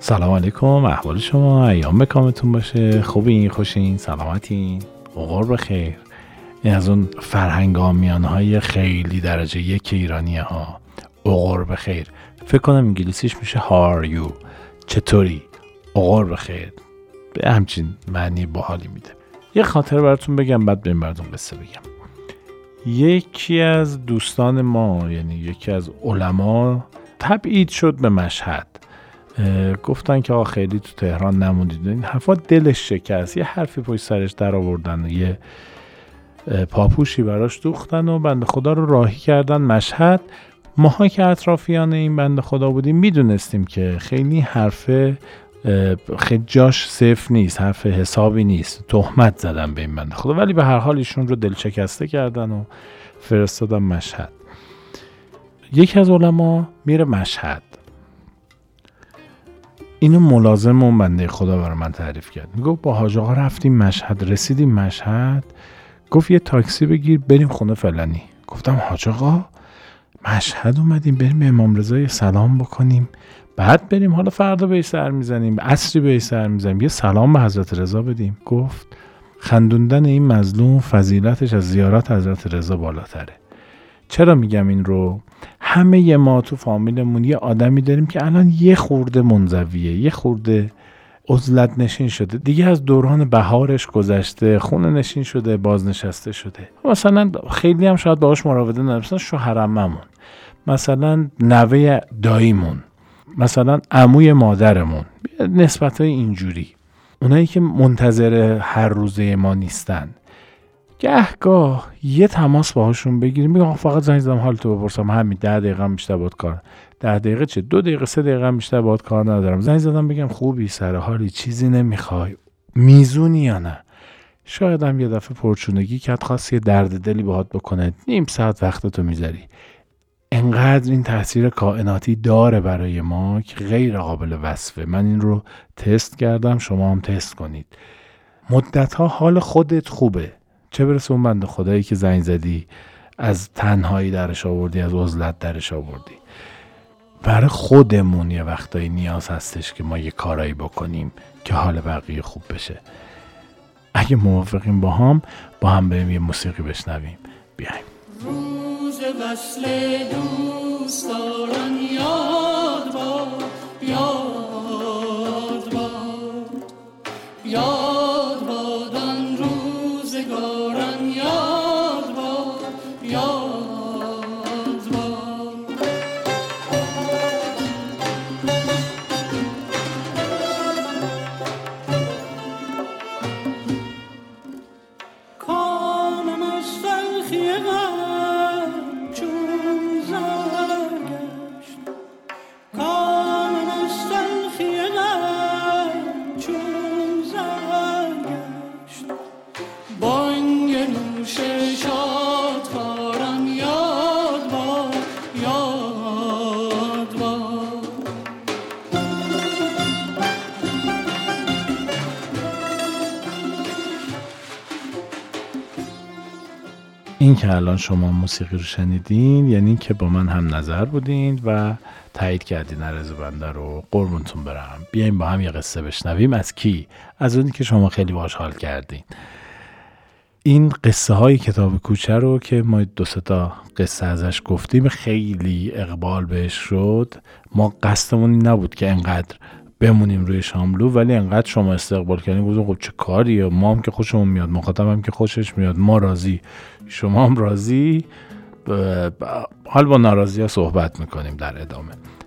سلام علیکم، احوال شما؟ ایام بکامتون باشه. خوبین؟ خوشین؟ سلامتین؟ عقر بخیر. این از اون فرهنگ آمیانهای خیلی درجه یک ایرانی ها. عقر بخیر. فکر کنم انگلیسیش میشه How are you؟ چطوری؟ عقر بخیر. به همچین معنی باحالی میده. یه خاطر براتون بگم بعد بریم براتون قصه بگم. یکی از دوستان ما، یعنی یکی از علما، تبعید شد به مشهد. گفتن که آقا خیلی تو تهران نموندید. این حرفا دلش شکست. یه حرفی پشت سرش در آوردن، یه پاپوشی براش دوختن و بنده خدا رو راهی کردن مشهد. ماها که اطرافیان این بنده خدا بودیم میدونستیم که خیلی حرفه خیلی جاش صفر نیست، حرف حسابی نیست. تهمت زدن به این بنده خدا، ولی به هر حال ایشون رو دل شکسته کردن و فرستادن مشهد. یکی از علما میره مشهد. اینو ملازم اون بنده خدا برای من تعریف کرد. میگفت با حاج آقا رفتیم مشهد، رسیدیم مشهد، گفت یه تاکسی بگیر بریم خونه فلانی. گفتم حاج آقا مشهد اومدیم بریم به امام رضا سلام بکنیم، بعد بریم حالا فردا به سر میزنیم، عصری به سر میزنیم، یه سلام به حضرت رضا بدیم. گفت خندوندن این مظلوم فضیلتش از زیارت حضرت رضا بالاتره. چرا میگم این رو؟ همه ما تو فامیلمون یه آدمی داریم که الان یه خورده منزویه، یه خورده عزلت نشین شده، دیگه از دوران بهارش گذشته، خونه نشین شده، بازنشسته شده. مثلا خیلی هم شاید باهاش مراوده نداریم، مثلا شوهرعمه‌مون، مثلا نوه داییمون، مثلا عموی مادرمون، نسبتای اینجوری، اونایی که منتظر هر روزه ما نیستن. گهگاه یه تماس باهاشون بگیریم، میگم فقط زنگ زدم حالتو بپرسم، همین 10 دقیقه هم بیشتر باهات کار، 10 دقیقه چه 2 دقیقه 3 دقیقه هم بیشتر باهات کار ندارم، زنگ زدم بگم خوبی، سر حالی، چیزی نمیخوای، میزونی یا نه. شاید هم یه دفعه پرچونگی کرد، خواست یه درد دلی باهات بکنه، نیم ساعت وقتتو میذاری. انقدر این تاثیر کائناتی داره برای ما که غیر قابل وصفه. من این رو تست کردم، شما هم تست کنید. مدت‌ها حال خودت خوبه، چه برسه اون بنده خدایی که زنگ زدی از تنهایی درش آوردی، از عزلت درش آوردی. برای خودمون یه وقتایی نیاز هستش که ما یه کارایی بکنیم که حال بقیه خوب بشه. اگه موافقیم با هم بریم یه موسیقی بشنویم. بیایم. روز وصل دوستان یاد باد، یاد باد، یاد باد آن روزگاران، یاد باد، یاد باد. کانم از تلخی غم چون زر گشت، کانم از تلخی غم چون زر گشت. بانگ نوش شادکاران، یاد باد، یاد باد. این که الان شما موسیقی رو شنیدین یعنی که با من هم نظر بودین و تایید کردین عرض بنده رو. قربونتون برم. بیایم با هم یه قصه بشنویم. از کی؟ از اونی که شما خیلی باهاش حال کردین. این قصه های کتاب کوچه رو که ما 2-3 تا قصه ازش گفتیم، خیلی اقبال بهش شد. ما قصدمون این نبود که انقدر بمونیم روی شاملو، ولی انقدر شما استقبال کردین گفتم خب چه کاریه، ما هم که خوشمون میاد، مخاطب هم که خوشش میاد، ما راضی، شما هم راضی. حال با ناراضی ها صحبت میکنیم در ادامه.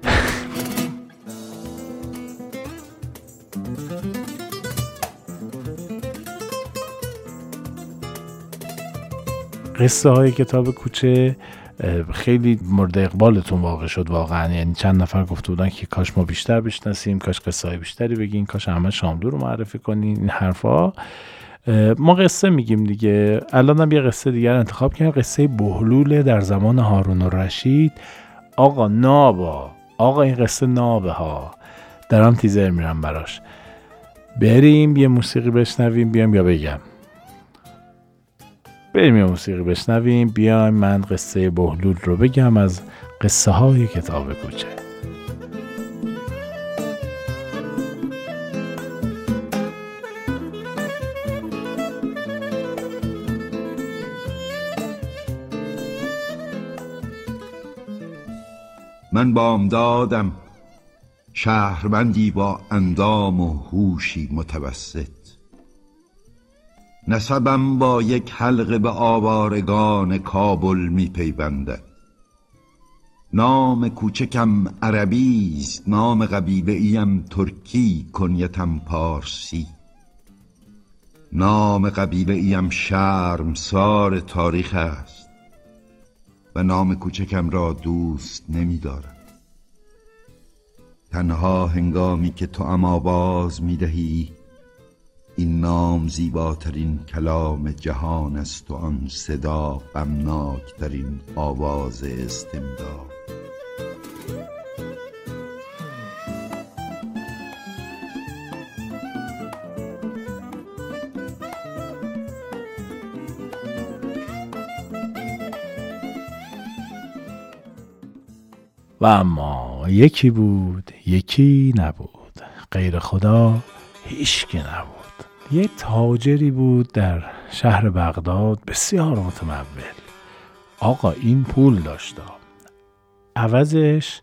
قصه های کتاب کوچه خیلی مورد اقبالتون واقع شد واقعا. یعنی چند نفر گفته بودن که کاش ما بیشتر بشناسیم، کاش قصه های بیشتری بگین، کاش همه شاملو رو معرفی کنین، این حرفا. ما قصه میگیم دیگه. الان هم یه قصه دیگر انتخاب کردم، قصه بهلول در زمان هارون الرشید. آقا نابا، آقا این قصه نابه ها، دارم تیزر میرم براش. بریم یه موسیقی بشنویم بیام یا بگم؟ بریم یه موسیقی بشنویم بیام من قصه بهلول رو بگم از قصه های کتاب کوچه. من بامدادم، شهروندی با اندام و هوشی متوسط. نسبم با یک حلقه به آوارگان کابل می پیوندد. نام کوچکم عربی است، نام قبیله‌ایم ترکی، کنیتم پارسی. نام قبیله‌ایم شرمسار تاریخ است و نام کوچکم را دوست نمی‌دارم. تنها هنگامی که تو آواز می‌دهی این نام زیباترین کلام جهان است و آن صدا غمناکترین آواز استمداد. و اما یکی بود یکی نبود، غیر خدا هیچکی نبود. یه تاجری بود در شهر بغداد، بسیار متمول. آقا این پول داشت، عوضش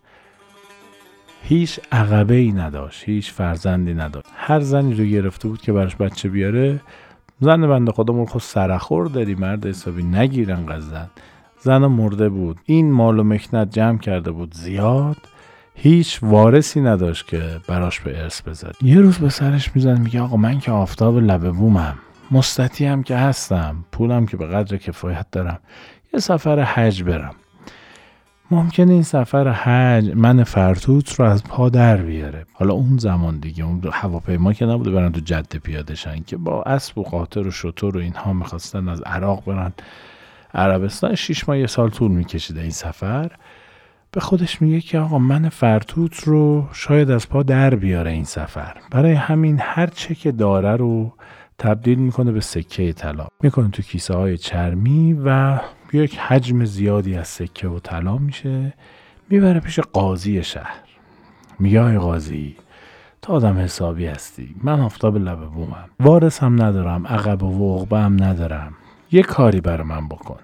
هیچ عقبه‌ای نداشت، هیچ فرزندی نداشت. هر زنی رو گرفته بود که براش بچه بیاره، زن بنده خدا مرخو سرخور داری، مرد حسابی نگیرن قزن. زن مرده بود، این مال و مکنت جمع کرده بود زیاد، هیچ وارثی نداشت که براش به ارث بذاره. یه روز به سرش میزنه میگه آقا من که آفتاب لبه بومم، مستطیع هم که هستم، پولم که به قدر کفایت دارم، یه سفر حج برم. ممکنه این سفر حج من فرتوت رو از پا در بیاره. حالا اون زمان دیگه اون هواپیما که نبوده برن تو جاده پیاده شن، که با اسب و قاطر و شتر و اینها میخواستن از عراق برن عربستان. 6 ماه 1 سال طول میکشیده این سفر. به خودش میگه که آقا من فرتوت رو شاید از پا در بیاره این سفر. برای همین هر چه که داره رو تبدیل میکنه به سکه طلا، میکنه تو کیسه های چرمی و یک حجم زیادی از سکه و طلا میشه، میبره پیش قاضی شهر. میگه آقای قاضی، تو آدم حسابی هستی، من آفتاب لبه بومم، وارث هم ندارم، عقب و عقبه هم ندارم، یه کاری برای من بکن.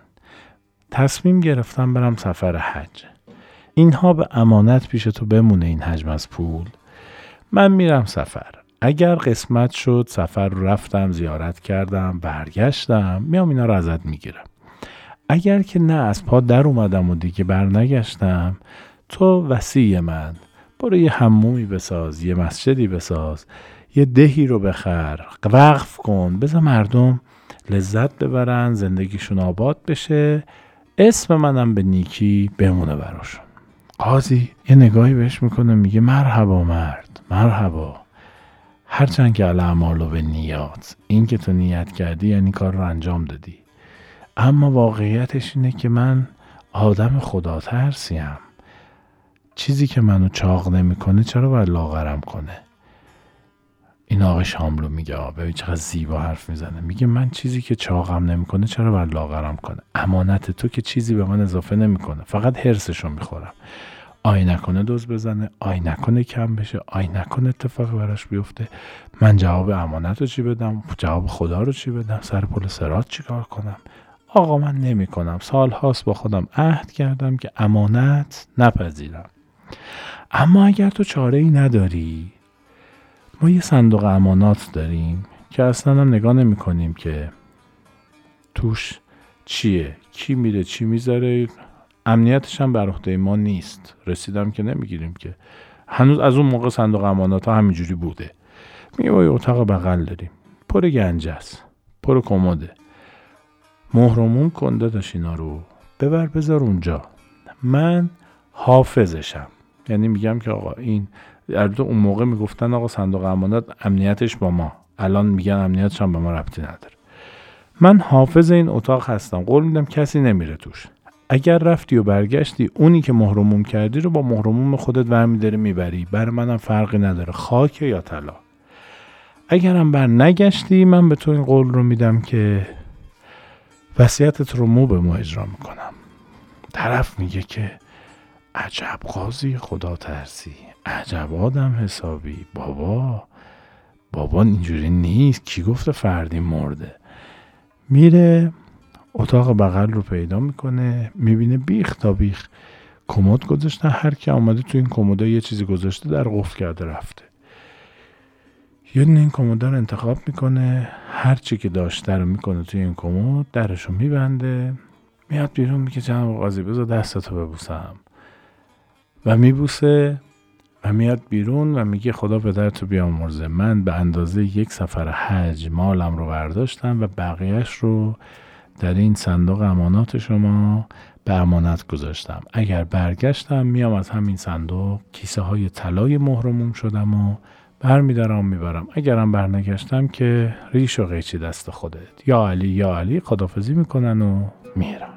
تصمیم گرفتم برم سفر حج، اینها به امانت پیش تو بمونه، این حجم از پول. من میرم سفر، اگر قسمت شد سفر رفتم، زیارت کردم، برگشتم، میام اینا رو ازت میگیرم. اگر که نه، از پا در اومدم و دیگه برنگشتم، تو وصی من، برو یه حمومی بساز، یه مسجدی بساز، یه دهی رو بخر، وقف کن، بذار مردم لذت ببرن، زندگیشون آباد بشه، اسم منم به نیکی بمونه براشون. قاضی یه نگاهی بهش میکنه، میگه مرحبا مرد، مرحبا، هرچند که الاعمال بالنیات، این که تو نیت کردی یعنی کار رو انجام دادی، اما واقعیتش اینه که من آدم خدا ترسیم. چیزی که منو چاق نمیکنه چرا باید لاغرم کنه؟ این آقای شاملو میگه ببین چقدر زیبا حرف میزنه، میگه من چیزی که چاقم نمیکنه چرا باید لاغرم کنه؟ امانت تو که چیزی به من اضافه نمیکنه، فقط حرصشو میخورم. آی نکنه دوز بزنه، آی نکنه کم بشه، آی نکنه اتفاقی براش بیفته، من جواب امانت رو چی بدم؟ جواب خدا رو چی بدم؟ سر پل صراط چی کار کنم؟ آقا من نمی کنم، سال هاست با خودم عهد کردم که امانت نپذیرم. اما اگر تو چاره ای نداری، ما یه صندوق امانات داریم که اصلا هم نگاه نمی کنیم که توش چیه، کی میره چی میذاره، امنیتش هم بر عهده ما نیست، رسیدم که نمیگیریم که. هنوز از اون موقع صندوق امانات ها همینجوری بوده. میگه ما یه اتاق بغل داریم، پر گنجه است، پر کموده، مهرمون کنده داشت، اینا رو ببر بذار اونجا، من حافظشم. یعنی میگم که آقا این، البته اون موقع میگفتن آقا صندوق امانات امنیتش با ما، الان میگن امنیتش هم به ما ربطی نداره. من حافظ این اتاق هستم، قول میدم کسی نمیره توش. اگر رفتی و برگشتی، اونی که مهرموم کردی رو با مهرموم خودت برمی‌داری میبری، برای منم فرقی نداره خاک یا طلا. اگرم بر نگشتی، من به تو این قول رو میدم که وصیتت رو مو به مو اجرا میکنم. طرف میگه که عجب قاضی خدا ترسی، عجب آدم حسابی، بابا اینجوری نیست، کی گفته فردی مرده؟ میره اتاق بغل رو پیدا میکنه، میبینه بیخ تا بیخ کمد گذاشتن، هر کی اومده تو این کمد یه چیزی گذاشته، در قفل کرده رفته. یه دونه این کمد رو انتخاب میکنه، هر چی که داشته رو میکنه توی این کمد، درشو میبنده، میاد بیرون، میگه جناب قاضی بذار دستتو ببوسم، و میبوسه و میاد بیرون و میگه خدا پدرتو بیامرزه، من به اندازه 1 سفر حج مالم رو برداشتم و بقیهش رو در این صندوق امانات شما به امانت گذاشتم. اگر برگشتم میام از همین صندوق کیسه های طلای مهرموم شدم و برمیدارم میبرم. اگرم برنگشتم که ریش و قیچی دست خودت. یا علی یا علی خداحافظی میکنن و میرن.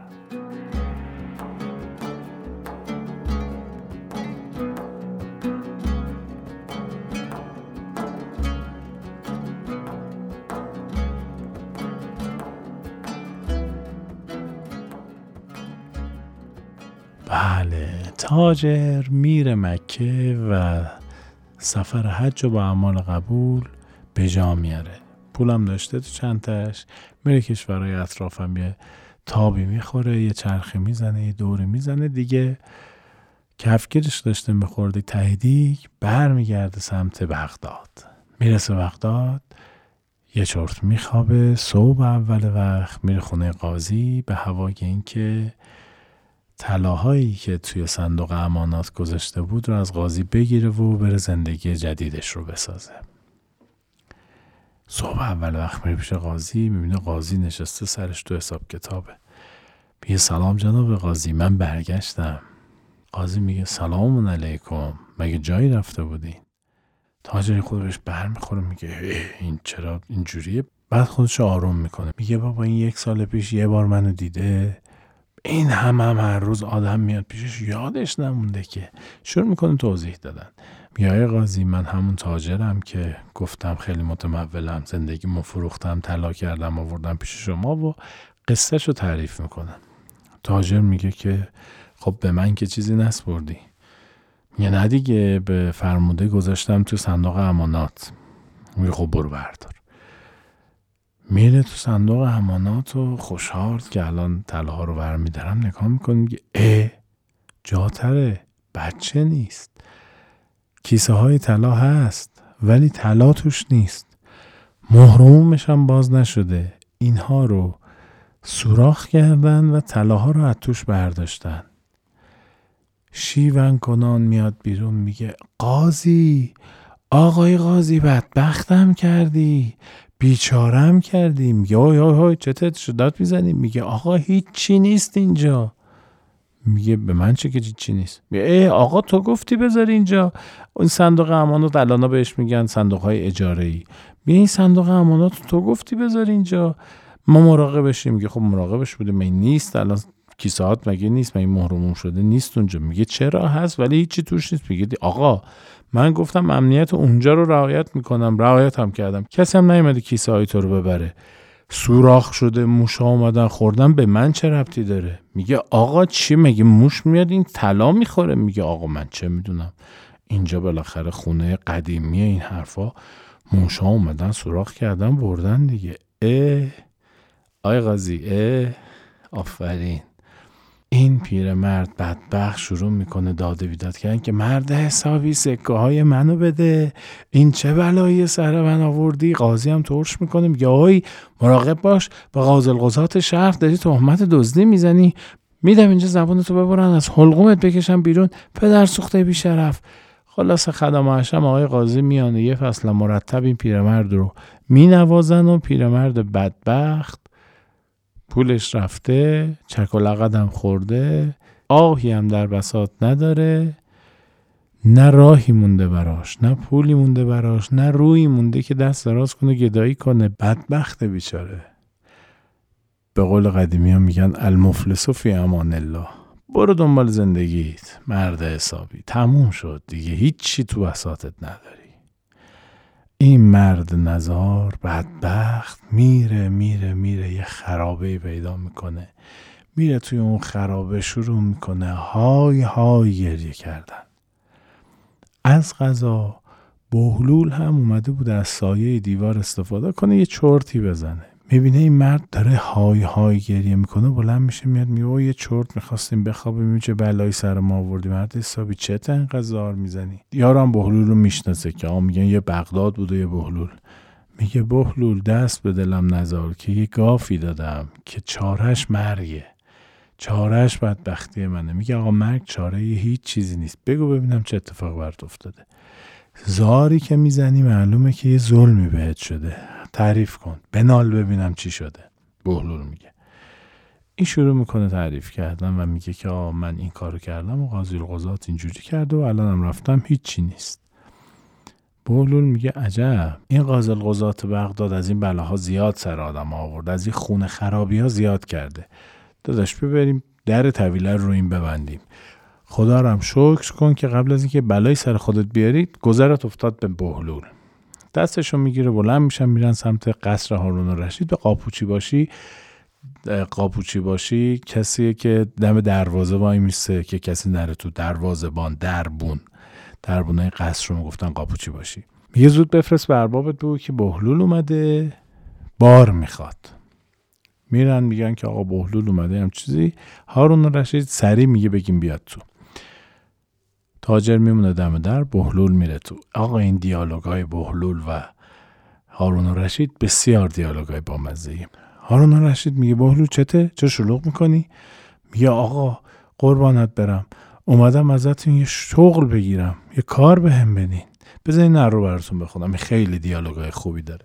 بله، تاجر میره مکه و سفر حج رو با اعمال قبول به جا میاره. پولم داشته تو چنتش، میره کشورهای اطرافم یه تابی میخوره، یه چرخی میزنه، یه دوری میزنه، دیگه کفگیرش داشته میخورده تهدیگ، برمیگرده سمت بغداد. میرسه بغداد، یه چرت میخوابه، صبح اول وقت میره خونه قاضی به هوای این که طلاهایی که توی صندوق امانات گذاشته بود رو از قاضی بگیره و بره زندگی جدیدش رو بسازه. صبح اول وقت میره پیش قاضی، میبینه قاضی نشسته سرش تو حساب کتابه. میگه سلام جناب قاضی، من برگشتم. قاضی میگه سلام علیکم، مگه جایی رفته بودین؟ تاجر خودش برمیخوره، میگه این چرا اینجوریه؟ بعد خودش آروم میکنه، میگه بابا این 1 سال پیش یه بار منو دیده، این هم هر روز آدم میاد پیشش یادش نمونده که. شروع میکنه توضیح دادن. میگه قاضی من همون تاجرم که گفتم خیلی متمولم، زندگیمو فروختم، طلا کردم، آوردم پیش شما و قصهشو تعریف میکنم. تاجر میگه که خب به من که چیزی نسپردی. میگه نه دیگه، به فرموده گذاشتم تو صندوق امانات. میگه خب برو بردار. میره تو صندوق امانات و خوشحال که الان طلاها رو برمیدارم، نگاه میکنه، میگه جاتره، بچه نیست، کیسه های طلا هست ولی طلا توش نیست، مهرمومش هم باز نشده، اینها رو سوراخ کردن و طلاها رو از توش برداشتن. شیون کنان میاد بیرون، میگه قاضی، آقای قاضی بدبختم کردی، بیچارم کردی. میگه های چه شدت میزنی؟ میگه آقا هیچ چی نیست اینجا. میگه به من چه که چی نیست؟ میگه آقا تو گفتی بذار اینجا. این صندوق امانات الانا بهش میگن صندوق های اجاره ای. میگه این صندوق امانات تو گفتی بذار اینجا، ما مراقبشیم. میگه خب مراقبش بودیم، من نیست الان کیسهات مگه نیست، من مهرموم شده نیست اونجا. میگه چرا هست ولی هیچی توش نیست. میگه آقا من گفتم امنیت اونجا رو رعایت میکنم، رعایت هم کردم، کسی هم نیومده کیسه های تو رو ببره. سوراخ شده، موشا اومدن خوردن، به من چه ربطی داره؟ میگه آقا چی، مگه موش میاد این طلا میخوره؟ میگه آقا من چه میدونم، اینجا بالاخره خونه قدیمیه، این حرفا، موشا اومدن سوراخ کردن بردن دیگه. آقای قاضی آفرین. این پیرمرد بدبخت شروع میکنه داده بیداد کردن که مرد حسابی سکه های منو بده، این چه بلایی سر من آوردی. قاضی هم ترش میکنه، میگه آی مراقب باش، به قاضی القضات شهر داری تهمت دزدی میزنی، میدم اینجا زبونتو ببرن از حلقومت بکشن بیرون، پدر سوخته بی شرف. خلاص خدم و حشم آقای قاضی میان یه فصل مرتب این پیرمرد رو مینوازن و پیرمرد بدبخت پولش رفته، چک و لقدم خورده، آهی هم در بساط نداره، نه راهی مونده براش، نه پولی مونده براش، نه روی مونده که دست دراز کنه گدایی کنه. بدبخت بیچاره. به قول قدیمی ها میگن المفلس فی امان الله. برو دنبال زندگیت مرد حسابی، تموم شد دیگه، هیچی تو بساطت نداری. این مرد نزار بدبخت میره یه خرابه پیدا میکنه، میره توی اون خرابه شروع میکنه های گریه کردن. از قضا بهلول هم اومده بود از سایه دیوار استفاده کنه یه چرتی بزنه. میبینه این مرد داره های های گریه میکنه، بلند میشه میاد میگه یه چرت میخواستیم بخوابیم چه بلایی سر ما آوردی مرد حسابی، چت انقدر زار میزنی؟ یارم بهلول رو میشناسه که میگن یه بغداد بوده یه بهلول. میگه بهلول دست به دلم نذار که یه گافی دادم که چارهش مرگه، چارهش بدبختی منه. میگه آقا مرگ چاره هیچ چیزی نیست، بگو ببینم چه اتفاق برات افتاده. زاری که میزنی معلومه که یه ظلمی بهت شده، تعریف کن، بنال ببینم چی شده. بهلول میگه. این شروع میکنه تعریف کردن و میگه که من این کارو کردم و قاضی القضات اینجوری کرده و الانم رفتم هیچی نیست. بهلول میگه عجب، این قاضی القضات بغداد از این بلاها زیاد سر آدم آورد، از این خونه خرابی ها زیاد کرده. داداش ببریم در طویله رو این ببندیم. خدا رو هم شکر کن که قبل از اینکه بلای سر خودت بیارید گذرت افتاد به بهلول. دستشو میگیره بلند میشن میرن سمت قصر هارون الرشید. به قاپوچی باشی کسیه که دم دروازه وای میسته که کسی نره تو، دروازه‌بان، دربونای قصر رو میگفتن قاپوچی باشی. میگه زود بفرست به اربابت بگو که بهلول اومده بار میخواد. میرن میگن که آقا بهلول اومده هم چیزی. هارون الرشید سریع میگه بگیم بیاد تو. تاجر میمونه دم در، بهلول میره تو. آقا این دیالوگای بهلول و هارون الرشید بسیار دیالوگای بامزه‌ای. هارون الرشید میگه بهلول چه شلوغ میکنی؟ میگه آقا قربانت برم، اومدم ازتون یه شغل بگیرم، یه کار بهم بدین، بذارین نرو براتون بخونم. خیلی دیالوگای خوبی داره.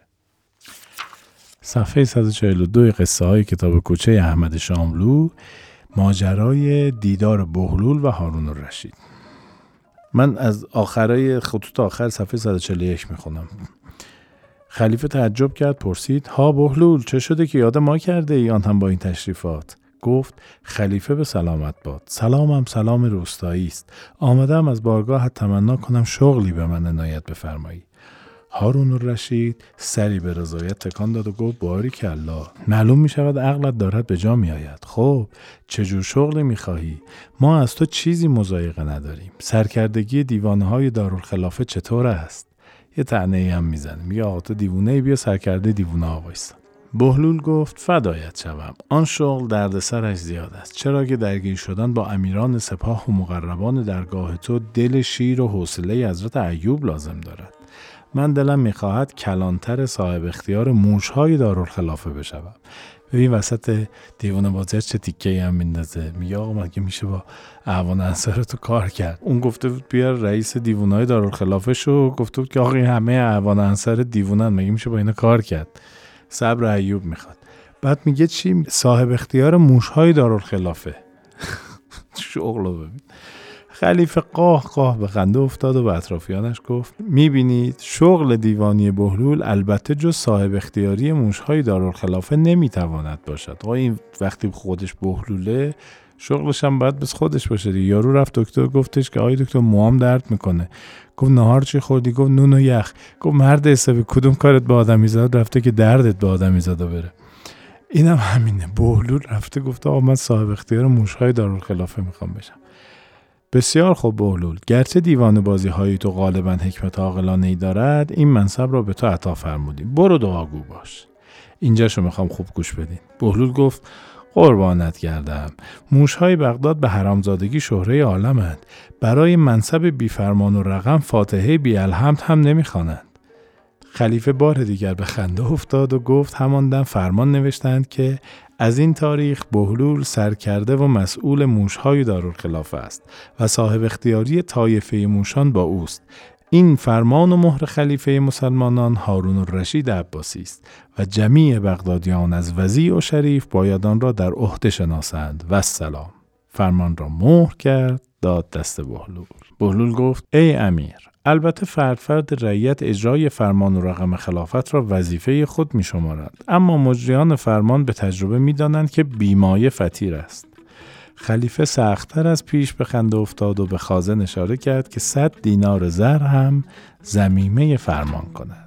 صفحه 142 قصه های کتاب کوچه احمد شاملو، ماجرای دیدار بهلول و هارون الرشید. من از آخرای خطوط آخر صفحه 141 میخونم. خلیفه تعجب کرد، پرسید ها بهلول چه شده که یاد ما کرده ای آن هم با این تشریفات؟ گفت خلیفه به سلامت باد. سلامم سلام روستایی است. آمدم از بارگاهت تمنا کنم شغلی به من عنایت بفرمایی. هارون الرشید سری به رضایت تکان داد و گفت باریکالله، معلوم می شود عقلت دارد به جا می آید. خب چجور شغلی می خواهی؟ ما از تو چیزی مضایقه نداریم. سرکردگی دیوانه های دارالخلافه چطور است؟ یه طعنه‌ای هم میزنه، میگه آقا تو دیوونه بیا سرکرده دیوونه ها وایسا. بهلول گفت فدایت شوم، آن شغل دردسرش زیاد است، چرا که درگیر شدن با امیران سپاه و مقربان درگاه تو دل شیر و حوصله حضرت ایوب لازم دارد. من دلم میخواهد کلانتر صاحب اختیار موشهای دارالخلافه بشوم. ببین وسط دیوانه بازی چه تیکه‌ای هم میندازه. میگه آقا مگه میشه با اعوان انصار تو کار کرد؟ اون گفته بود بیار رئیس دیوانه‌های دارالخلافه شو، گفته بود که آقا این همه اعوان انصار دیوونن، مگه میشه با اینا کار کرد؟ صبر ایوب میخواد. بعد میگه چی؟ صاحب اختیار موشهای دارالخلافه. شغلو ببین. خلیفه قاه به خنده افتاد و به اطرافیانش گفت میبینید شغل دیوانی بهلول البته جز صاحب اختیاری موشهای دارالخلافه نمیتواند باشد. این وقتی خودش بهلوله شغلش هم باید بس خودش باشه دیگه. یارو رفت دکتر گفتش که آی دکتر موام درد میکنه. گفت نهار چی خوردی؟ گفت نون و یخ. گفت مرد حسابی کدوم کارت به آدمیزاد رفته که دردت به آدمیزادا بره؟ اینم همینه. بهلول رفته گفته آقا من صاحب اختیار موشهای دارالخلافه میخوام بشم. بسیار خوب بهلول، گرچه دیوانه بازی های تو غالبا حکمت عاقلانه‌ای دارد، این منصب را به تو عطا فرمودیم، برو دعاگو باش. اینجاشو میخوام خوب گوش بدین. بهلول گفت قربانت گردم، موشهای بغداد به حرامزادگی شهره عالمند، برای منصب بی فرمان و رقم فاتحه بی الحمد هم نمیخوانند. خلیفه بار دیگر به خنده افتاد و گفت همان دم فرمان نوشتند که از این تاریخ بهلول سرکرده و مسئول موشهای دارالخلافه است و صاحب اختیاری طایفه موشان با اوست. این فرمان و مهر خلیفه مسلمانان هارون الرشید عباسی است و جمیع بغدادیان از وضیع و شریف باید آن را در عهده شناسند و السلام. فرمان را مهر کرد، داد دست بهلول. بهلول گفت ای امیر، البته فرد رعیت اجرای فرمان و رقم خلافت را وظیفه خود می شمارند، اما مجریان فرمان به تجربه می دانند که بیمایه فطیر است. خلیفه سخت‌تر از پیش به خنده افتاد و به خازن اشاره کرد که 100 دینار زر هم ضمیمه فرمان کند.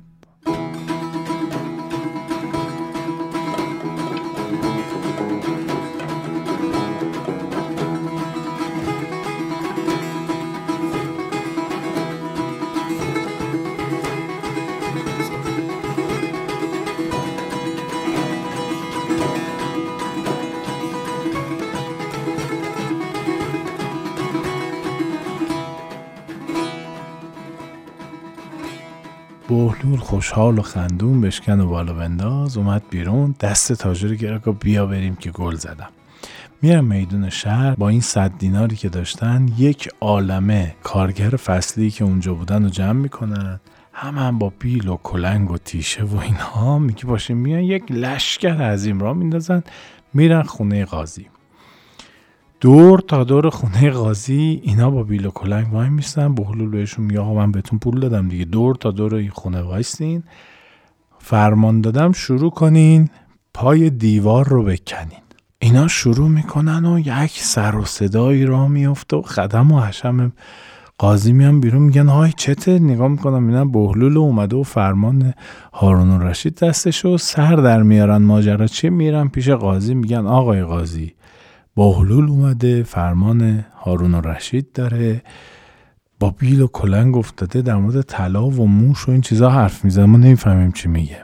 بهلول خوشحال و خندون بشکن و بالا بنداز اومد بیرون، دست تاجر گرفت و بیا بریم که گل زدم. میرم میدون شهر، با این 100 دیناری که داشتن یک عالمه کارگر فصلی که اونجا بودن رو جمع میکنن، هم با بیل و کلنگ و تیشه و اینها، میگه باشیم میان یک لشکر عظیم را میندازن، میرن خونه قاضی. دور تا دور خونه قاضی اینا با بیل و کلنگ وای میستن. بهلول بهشون میگه آقا من بهتون پول دادم دیگه، دور تا دور این خونه وایستین، فرمان دادم شروع کنین پای دیوار رو بکنین. اینا شروع میکنن و یک سر و صدایی را میفته و خدم و حشم قاضی میان بیرون، میگن های چته؟ نگاه میکنم میبینن بهلول اومده و فرمان هارون الرشید دستش و سر در میارن ماجرا چیه. میرن پیش قاضی میگن آقای قاضی بهلول اومده، فرمان هارون الرشید داره، با بیل و کلنگ افتاده، در مورد طلا و موش و این چیزا حرف میزنه، ما نمیفهمیم چی میگه.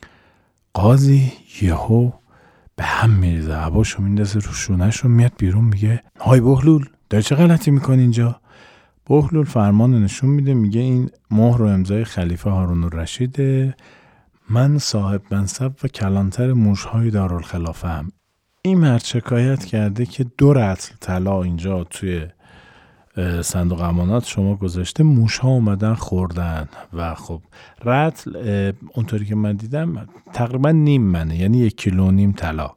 قاضی یهو به هم میریزه، هواشو میندازه رو شونه‌شو، میاد بیرون میگه های بهلول داری چه غلطی میکنی اینجا؟ بهلول فرمان نشون میده، میگه این مهر و امضای خلیفه هارون الرشیده، من صاحب منصب و کلانتر موشهای دارالخلافه هم. این مرد شکایت کرده که 2 رطل طلا اینجا توی صندوق امانات شما گذاشته، موشها اومدن خوردن و خب رطل اونطوری که من دیدم تقریبا نیم منه، یعنی 1.5 کیلو طلا،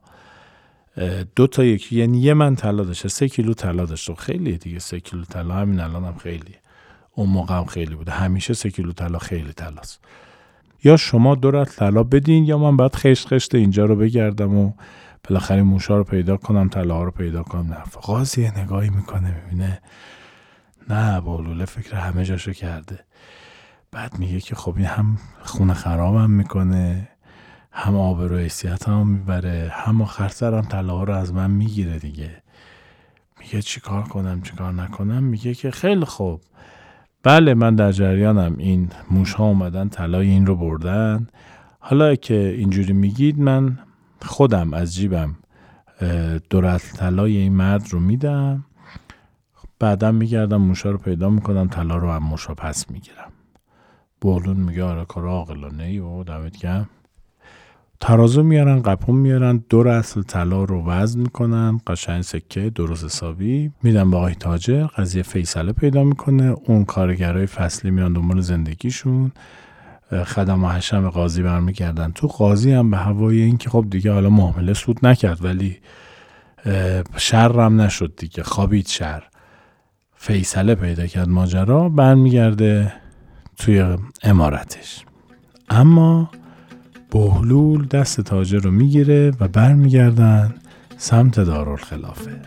2 تا 1 یعنی 1 من طلا داشته، 3 کیلو طلا داشته. خیلیه دیگه 3 کیلو طلا، همین الان هم خیلیه، اون موقع هم خیلی بوده، همیشه 3 کیلو طلا خیلی طلاست. یا شما 2 رطل طلا بدین یا من باید خشت اینجا رو بگردم و بالاخره موشا رو پیدا کنم، طلا رو پیدا کنم. نه، قاضی نگاهی میکنه میبینه نه بهلول فکر همه جاشو کرده. بعد میگه که خب این هم خونه خرابم میکنه، هم آبرو حیثیت هم میبره، هم آخر سرم طلا رو از من میگیره دیگه. میگه چی کار کنم چی کار نکنم؟ میگه که خیلی خوب، بله من در جریانم، این موش ها اومدن طلای این رو بردن، حالا که اینجوری میگید من خودم از جیبم 2 رطل طلای این مرد رو میدم، بعدم میگردم موشا رو پیدا میکنم، طلا رو هم موشا پس میگیرم. بهلول میگه آره کار عاقلانه ای و دمت گرم. ترازو میارن، قپون میارن، 2 رطل طلا رو وزن میکنن، قشنگ سکه درست حسابی میدن به آقای تاجر. قضیه فیصله پیدا میکنه، اون کارگرای فصلی میان دنبال زندگیشون، خدم و حشم قاضی برمیگردن تو. قاضی هم به هوای این که خب دیگه حالا معامله سود نکرد ولی شر هم نشد دیگه، خوابید شر، فیصله پیدا کرد ماجرا، برمیگرده توی امارتش. اما بهلول دست تاجر رو میگیره و برمیگردن سمت دارالخلافه.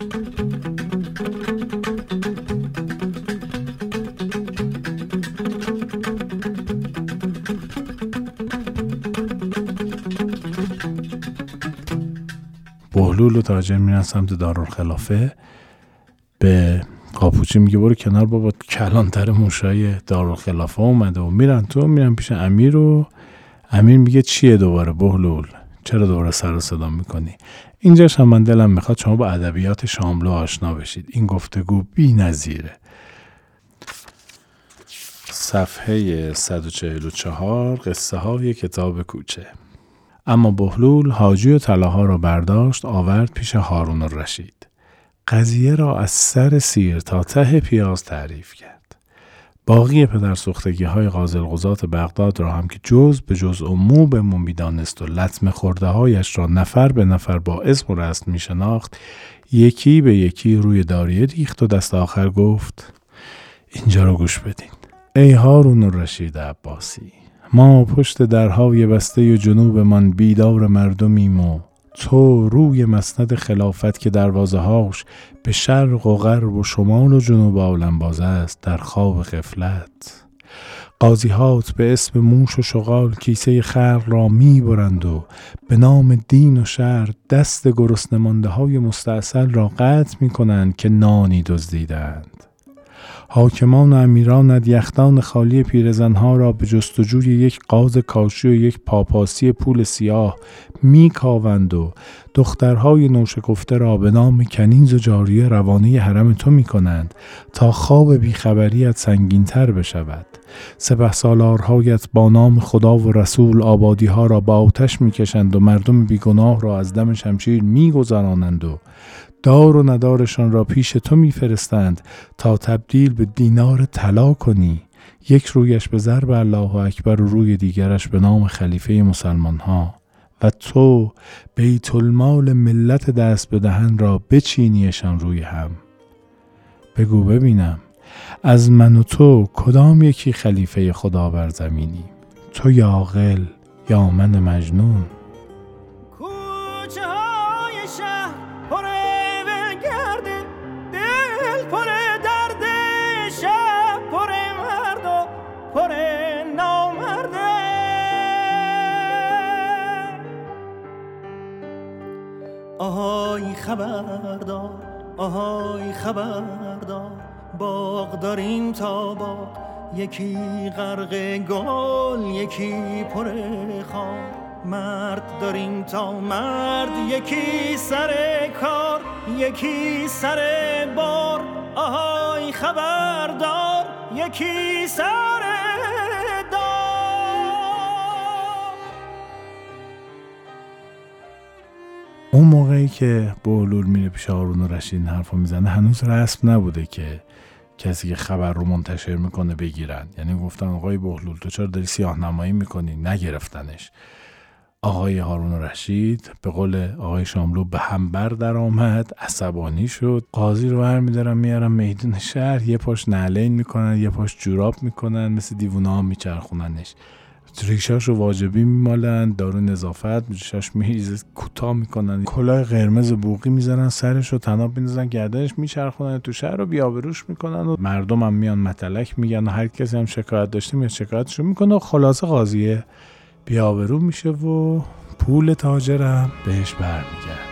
بهلول و تاجر میرن سمت دارالخلافه. به قاپوچی میگه برو کنار بابا، کلانتر موشای دارالخلافه اومده. و میرن تو، میرن پیش امیر و امیر میگه چیه دوباره بهلول؟ چرا دوباره سر و صدا میکنی؟ اینجاش هم من دلم میخواد شما با ادبیات شاملو آشنا بشید. این گفتگو بی نظیره. صفحه 144 قصه های کتاب کوچه. اما بهلول حاجی و طلاها را برداشت آورد پیش هارون الرشید. قضیه را از سر سیر تا ته پیاز تعریف کرد. باقی پدر سوختگی های قاضی القضات بغداد را هم که جز به جز و مو به مو می‌دانست و لطمه خورده هایش را نفر به نفر با اسم و رسم می شناخت، یکی به یکی روی داریه ریخت و دست آخر گفت اینجا رو گوش بدین. ای هارون الرشید عباسی، ما پشت درهای بسته و جنوبمان بیدار مردمیم و تو روی مسند خلافت که دروازه هاش به شرق و غرب و شمال و جنوب عالم باز است در خواب غفلت. قاضی هات به اسم موش و شغال کیسه خلق را می برند و به نام دین و شرع دست گرسنه مانده های مستعسل را قطع می کنند که نانی دزدیدند. حاکمان و امیرانت یختان خالی پیرزنها را به جستجوی یک قاز کاشی و یک پاپاسی پول سیاه میکاوند و دخترهای نوشکفته را به نام کنیز و جاریه روانه حرم تو میکنند تا خواب بیخبریت سنگین‌تر بشود. سپهسالارهایت با نام خدا و رسول آبادی ها را با آتش میکشند و مردم بیگناه را از دم شمشیر میگذرانند و دار و ندارشان را پیش تو میفرستند تا تبدیل به دینار طلا کنی، یک رویش به ضرب الله اکبر و روی دیگرش به نام خلیفه مسلمان ها، و تو بیت المال ملت دست به دهن را بچینیشان روی هم. بگو ببینم از من و تو کدام یکی خلیفه خدا بر زمینی؟ تو یا عاقل یا من مجنون؟ کوچه های شهر پر ولگرده، دل پر درد، شب پر مرد و پر نامرده. آهای خبردار، آهای خبردار، باغ داریم تا باغ، یکی غرق گل یکی پر خار. مرد داریم تا مرد، یکی سر کار یکی سر بار. آهای خبردار، یکی سر دار. اون موقعی که بهلول میره پیش هارون و رشید این حرفو میزنه هنوز رسم نبوده که کسی که خبر رو منتشر میکنه بگیرن. یعنی گفتن آقای بهلول تو چرا داری سیاه نمایی میکنی؟ نگرفتنش. آقای هارون و رشید به قول آقای شاملو به هم بر در آمد، عصبانی شد. قاضی رو برمی‌دارن میارن میدون شهر، یه پاش نعلین میکنن یه پاش جوراب میکنن، مثل دیوونه ها میچرخوننش. ریشاشو واجبی میمالن، دارو نظافت ریشاش میریزه کوتاه میکنن، کلاه قرمز بوقی میزنن سرشو، طناب میندازن گردنش، میچرخونن تو شهر رو بیابروش میکنن و مردم هم میان متلک میگن و هر کسی هم شکایت داشته میاد شکایتشو میکنه و خلاصه قاضیه بیابرو میشه و پول تاجرم بهش برمیگرد.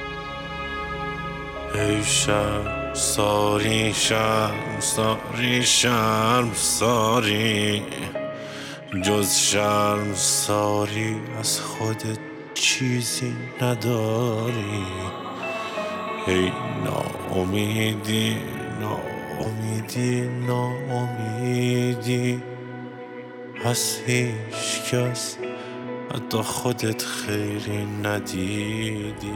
ای شرم ساری شرم ساری شرم ساری، جز شرم ساری از خودت چیزی نداری. ای ناامیدی ناامیدی ناامیدی، از هیچ کس حتی خودت خیری ندیدی.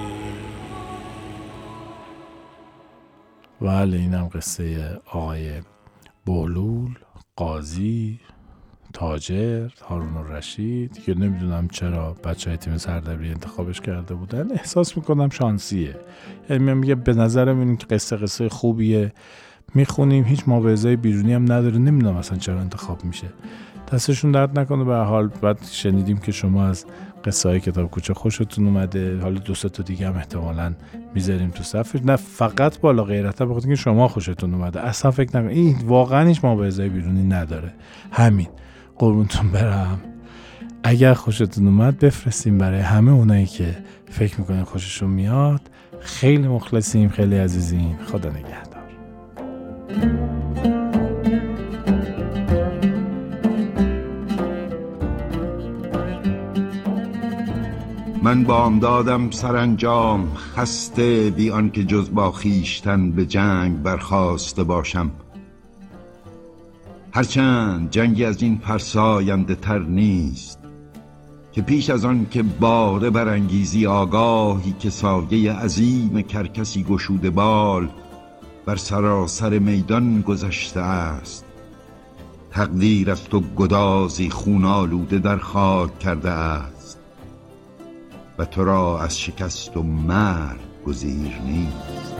بله اینم قصه آقای بهلول، قاضی، تاجر، هارون الرشید که نمیدونم چرا بچه های تیم سردبیری انتخابش کرده بودن. احساس میکنم شانسیه. یعنی میگه به نظرم این قصه خوبیه، میخونیم، هیچ موعظه بیرونی هم نداره، نمیدونم اصلا چرا انتخاب میشه. دستشون درد نکنه. به هر حال بعد شنیدیم که شما از قصه های کتاب کوچه خوشتون اومده، حالا 2-3 تا دیگه هم احتمالاً میذاریم تو صفحه. نه فقط بالا غیرته بخاطر اینکه شما خوشتون اومده، اصلا فکر نکنید این واقعا هیچ موعظه بیرونی نداره. همین، قربونتون برم. اگر خوشتون اومد بفرستیم برای همه اونایی که فکر میکنین خوششون میاد. خیلی مخلصیم، خیلی عزیزیم. خدا نگهدار. من بامدادم سرانجام خسته، بی آنکه جز با خویشتن به جنگ برخاسته باشم. هرچند جنگی از این فرساینده تر نیست که پیش از آن که باره برانگیزی آگاهی که سایه عظیم کرکسی گشوده بال بر سراسر میدان گذشته است. تقدیر است و گدازی خون آلوده در خاک کرده است و تو را از شکست و مرگ گزیر نیست.